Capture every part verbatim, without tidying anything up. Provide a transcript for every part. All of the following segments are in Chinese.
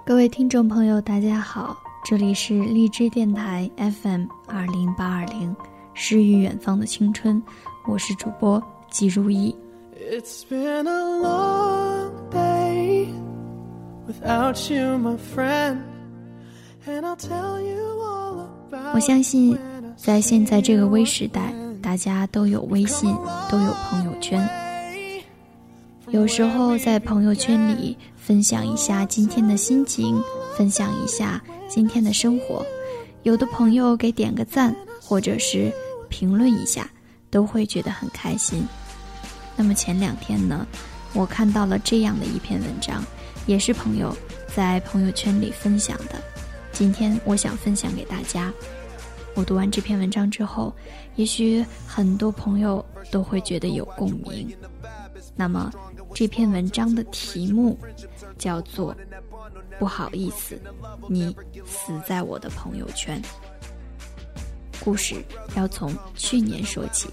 各位听众朋友大家好，这里是荔枝电台 F M 二零八二零诗与远方的青春，我是主播季如意。 It's been a long day without you, my friend, and I'll tell you all about. 我相信在现在这个微时代，大家都有微信，都有朋友圈。有时候在朋友圈里分享一下今天的心情，分享一下今天的生活，有的朋友给点个赞，或者是评论一下，都会觉得很开心。那么前两天呢，我看到了这样的一篇文章，也是朋友在朋友圈里分享的，今天我想分享给大家。我读完这篇文章之后，也许很多朋友都会觉得有共鸣。那么这篇文章的题目叫做不好意思，你死在我的朋友圈。故事要从去年说起。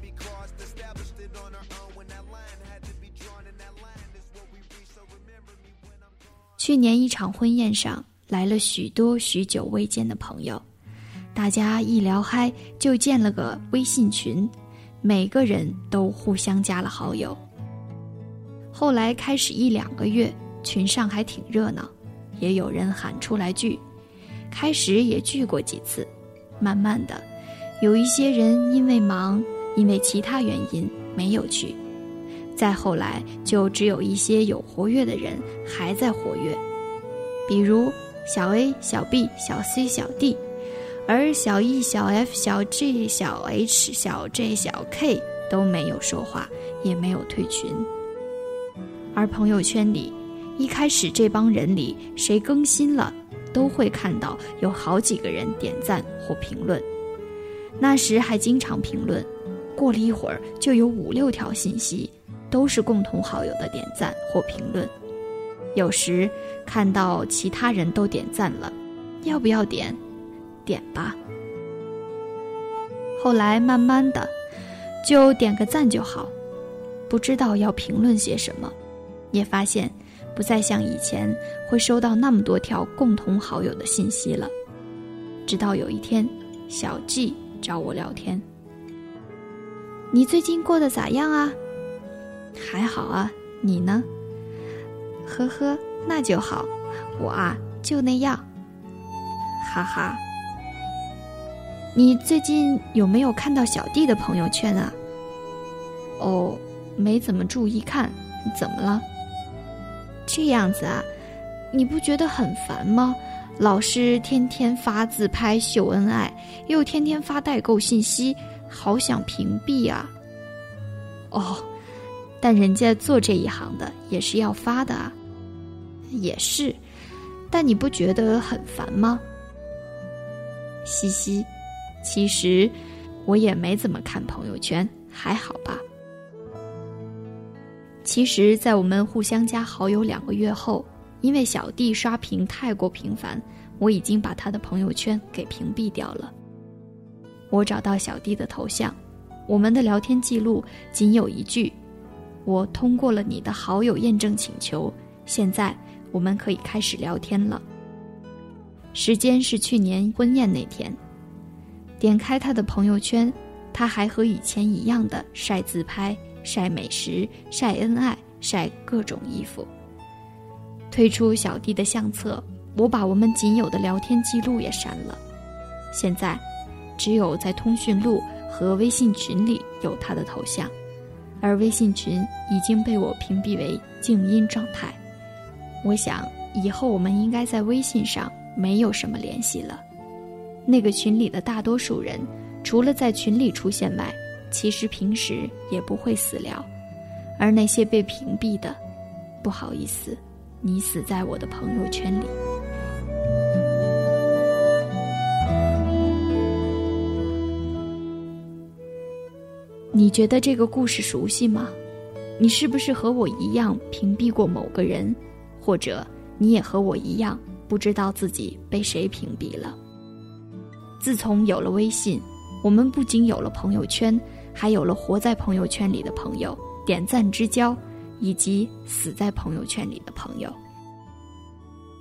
去年一场婚宴上来了许多许久未见的朋友，大家一聊嗨就建了个微信群，每个人都互相加了好友。后来开始一两个月，群上还挺热闹，也有人喊出来聚，开始也聚过几次，慢慢的有一些人因为忙，因为其他原因没有去，再后来就只有一些有活跃的人还在活跃，比如小 A、小 B、小 C、小 D， 而小 E、小 F、小 G、小 H、小 J、小 K 都没有说话，也没有退群。而朋友圈里，一开始这帮人里谁更新了，都会看到有好几个人点赞或评论。那时还经常评论，过了一会儿就有五六条信息，都是共同好友的点赞或评论。有时看到其他人都点赞了，要不要点？点吧。后来慢慢的，就点个赞就好，不知道要评论些什么，也发现不再像以前会收到那么多条共同好友的信息了。直到有一天，小 G 找我聊天，你最近过得咋样啊？还好啊，你呢？呵呵，那就好，我啊就那样，哈哈。你最近有没有看到小弟的朋友圈啊？哦，没怎么注意看，怎么了？这样子啊，你不觉得很烦吗？老是天天发自拍秀恩爱，又天天发代购信息，好想屏蔽啊。哦，但人家做这一行的也是要发的啊。也是，但你不觉得很烦吗？嘻嘻，其实我也没怎么看朋友圈，还好吧。其实在我们互相加好友两个月后，因为小弟刷屏太过频繁，我已经把他的朋友圈给屏蔽掉了。我找到小弟的头像，我们的聊天记录仅有一句：我通过了你的好友验证请求，现在我们可以开始聊天了。时间是去年婚宴那天，点开他的朋友圈，他还和以前一样的晒自拍、晒美食、晒恩爱、晒各种衣服。退出小弟的相册，我把我们仅有的聊天记录也删了。现在只有在通讯录和微信群里有他的头像，而微信群已经被我屏蔽为静音状态。我想以后我们应该在微信上没有什么联系了。那个群里的大多数人，除了在群里出现外，其实平时也不会私聊。而那些被屏蔽的，不好意思，你死在我的朋友圈里。你觉得这个故事熟悉吗？你是不是和我一样屏蔽过某个人，或者你也和我一样不知道自己被谁屏蔽了？自从有了微信，我们不仅有了朋友圈，还有了活在朋友圈里的朋友，点赞之交，以及死在朋友圈里的朋友。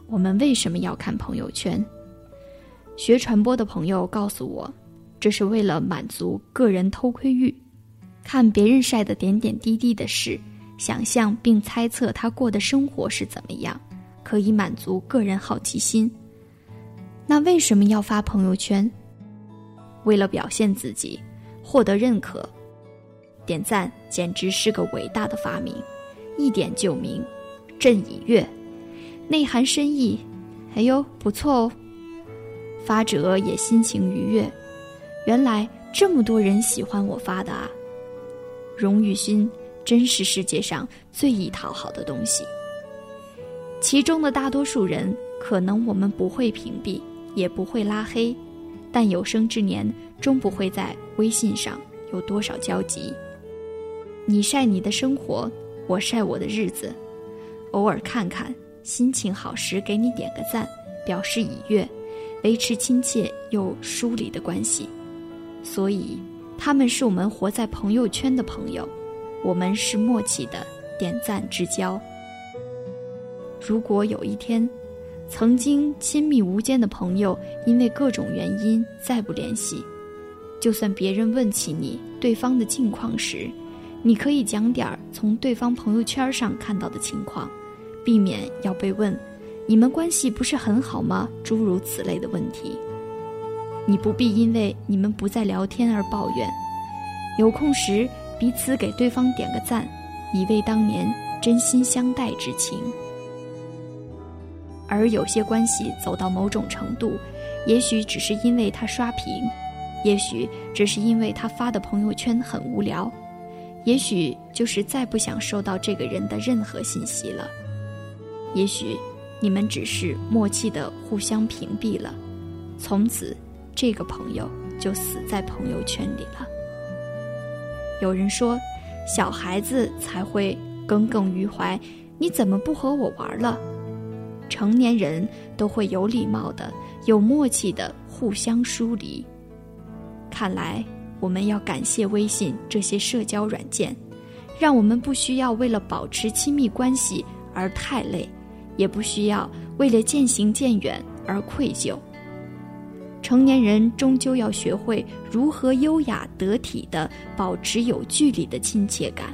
我们为什么要看朋友圈？学传播的朋友告诉我，这是为了满足个人偷窥欲，看别人晒的点点滴滴的事，想象并猜测他过的生活是怎么样，可以满足个人好奇心。那为什么要发朋友圈？为了表现自己，获得认可。点赞简直是个伟大的发明，一点就明，朕已阅，内含深意，哎呦不错哦。发者也心情愉悦，原来这么多人喜欢我发的啊！荣誉心真是世界上最易讨好的东西。其中的大多数人，可能我们不会屏蔽，也不会拉黑，但有生之年终不会在微信上有多少交集。你晒你的生活，我晒我的日子，偶尔看看，心情好时给你点个赞，表示已阅，维持亲切又疏离的关系。所以他们是我们活在朋友圈的朋友，我们是默契的点赞之交。如果有一天，曾经亲密无间的朋友因为各种原因再不联系，就算别人问起你对方的近况时，你可以讲点从对方朋友圈上看到的情况，避免要被问你们关系不是很好吗？诸如此类的问题。你不必因为你们不再聊天而抱怨，有空时彼此给对方点个赞，以慰当年真心相待之情。而有些关系走到某种程度，也许只是因为他刷屏，也许只是因为他发的朋友圈很无聊，也许就是再不想收到这个人的任何信息了，也许你们只是默契的互相屏蔽了，从此这个朋友就死在朋友圈里了。有人说，小孩子才会耿耿于怀，你怎么不和我玩了？成年人都会有礼貌的、有默契的互相疏离。看来我们要感谢微信这些社交软件，让我们不需要为了保持亲密关系而太累，也不需要为了渐行渐远而愧疚。成年人终究要学会如何优雅得体地保持有距离的亲切感。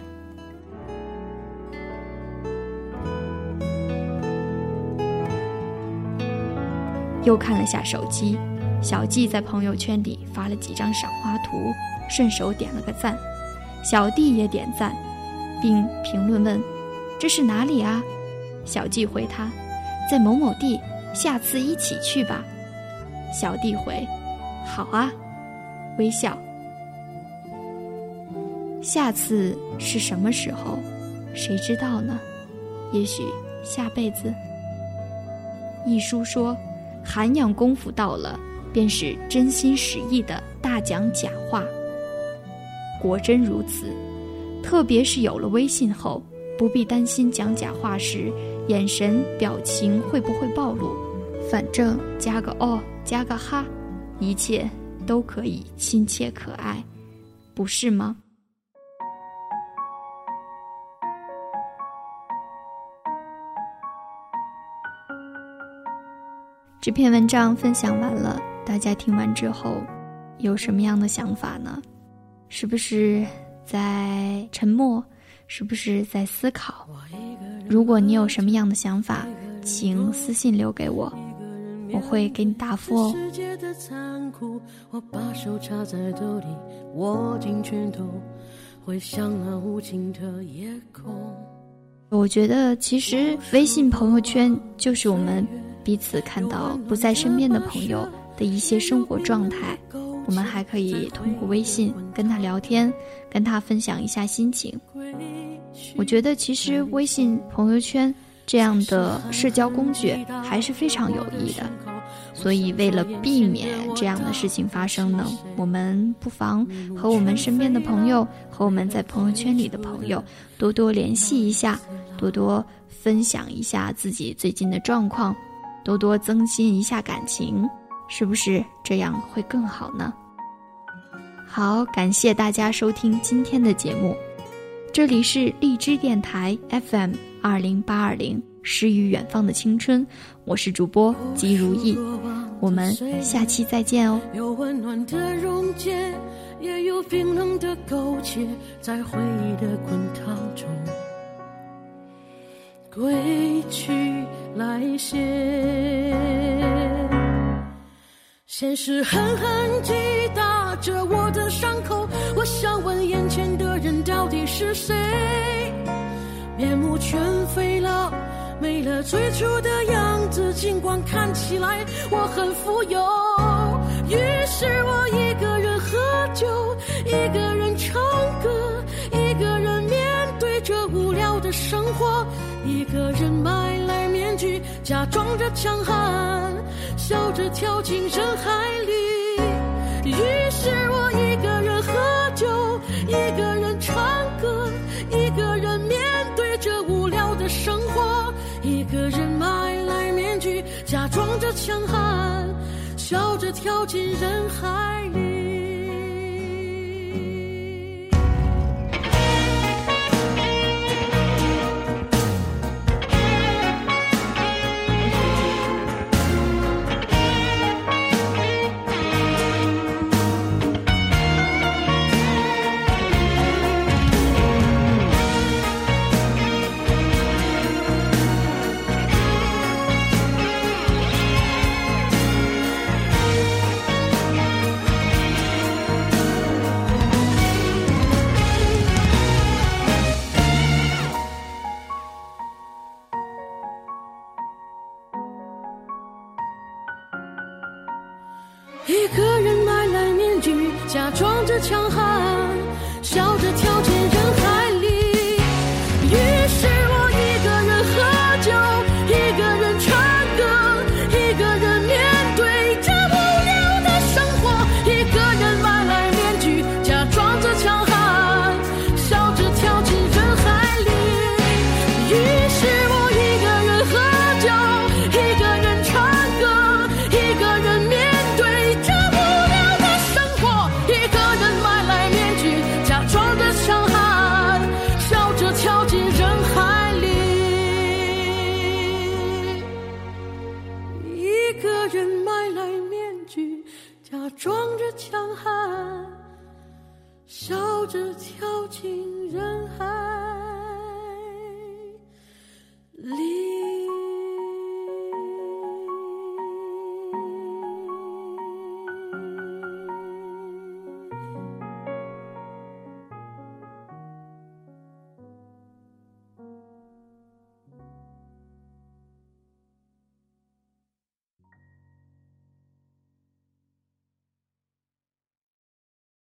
又看了下手机，小季在朋友圈里发了几张赏花图，顺手点了个赞，小弟也点赞，并评论问这是哪里啊？小季回他，在某某地，下次一起去吧。小弟回，好啊，微笑。下次是什么时候？谁知道呢？也许下辈子。一书说，涵养功夫到了，便是真心实意的大讲假话。果真如此，特别是有了微信后，不必担心讲假话时眼神表情会不会暴露，反正加个哦，加个哈，一切都可以亲切可爱，不是吗？这篇文章分享完了，大家听完之后有什么样的想法呢？是不是在沉默？是不是在思考？如果你有什么样的想法，请私信留给我，我会给你答复哦。世界的残酷，我把手插在兜里，握紧拳头，回想那无尽的夜空。我觉得其实微信朋友圈就是我们彼此看到不在身边的朋友的一些生活状态，我们还可以通过微信跟他聊天，跟他分享一下心情。我觉得其实微信朋友圈这样的社交工具还是非常有益的，所以为了避免这样的事情发生呢，我们不妨和我们身边的朋友，和我们在朋友圈里的朋友多多联系一下，多多分享一下自己最近的状况，多多增进一下感情，是不是这样会更好呢？好，感谢大家收听今天的节目，这里是荔枝电台 F M 二零八二零， 诗与远方的青春，我是主播姬如意，我们下期再见哦。 有温暖的溶解，也有冰冷的苟且，在回忆的滚烫中归去来兮。现实狠狠击打着我的伤口，我想问眼前的人到底是谁，面目全非了，没了最初的样子，尽管看起来我很富有。于是我一个人喝酒，一个人唱歌，一个人面对着无聊的生活，一个人买来面具，假装着强悍，笑着跳进人海里。于是我一个人喝酒，一个人唱歌，一个人面对着无聊的生活，一个人买来面具，假装着强悍，笑着跳进人海里。一个人买来面具，假装着强悍，笑着跳进人海里。于是我一个人喝酒，一个人唱歌，一个人面对这无聊的生活，一个人买来面具，假装着强悍，笑着跳进人海里。于是我一个人喝酒，一个人唱歌，一个人面对这无聊的生活，一个人买来面具，假装着强悍，笑着跳进人海里。一个人买来面具，假装着强悍，笑着跳进人海里。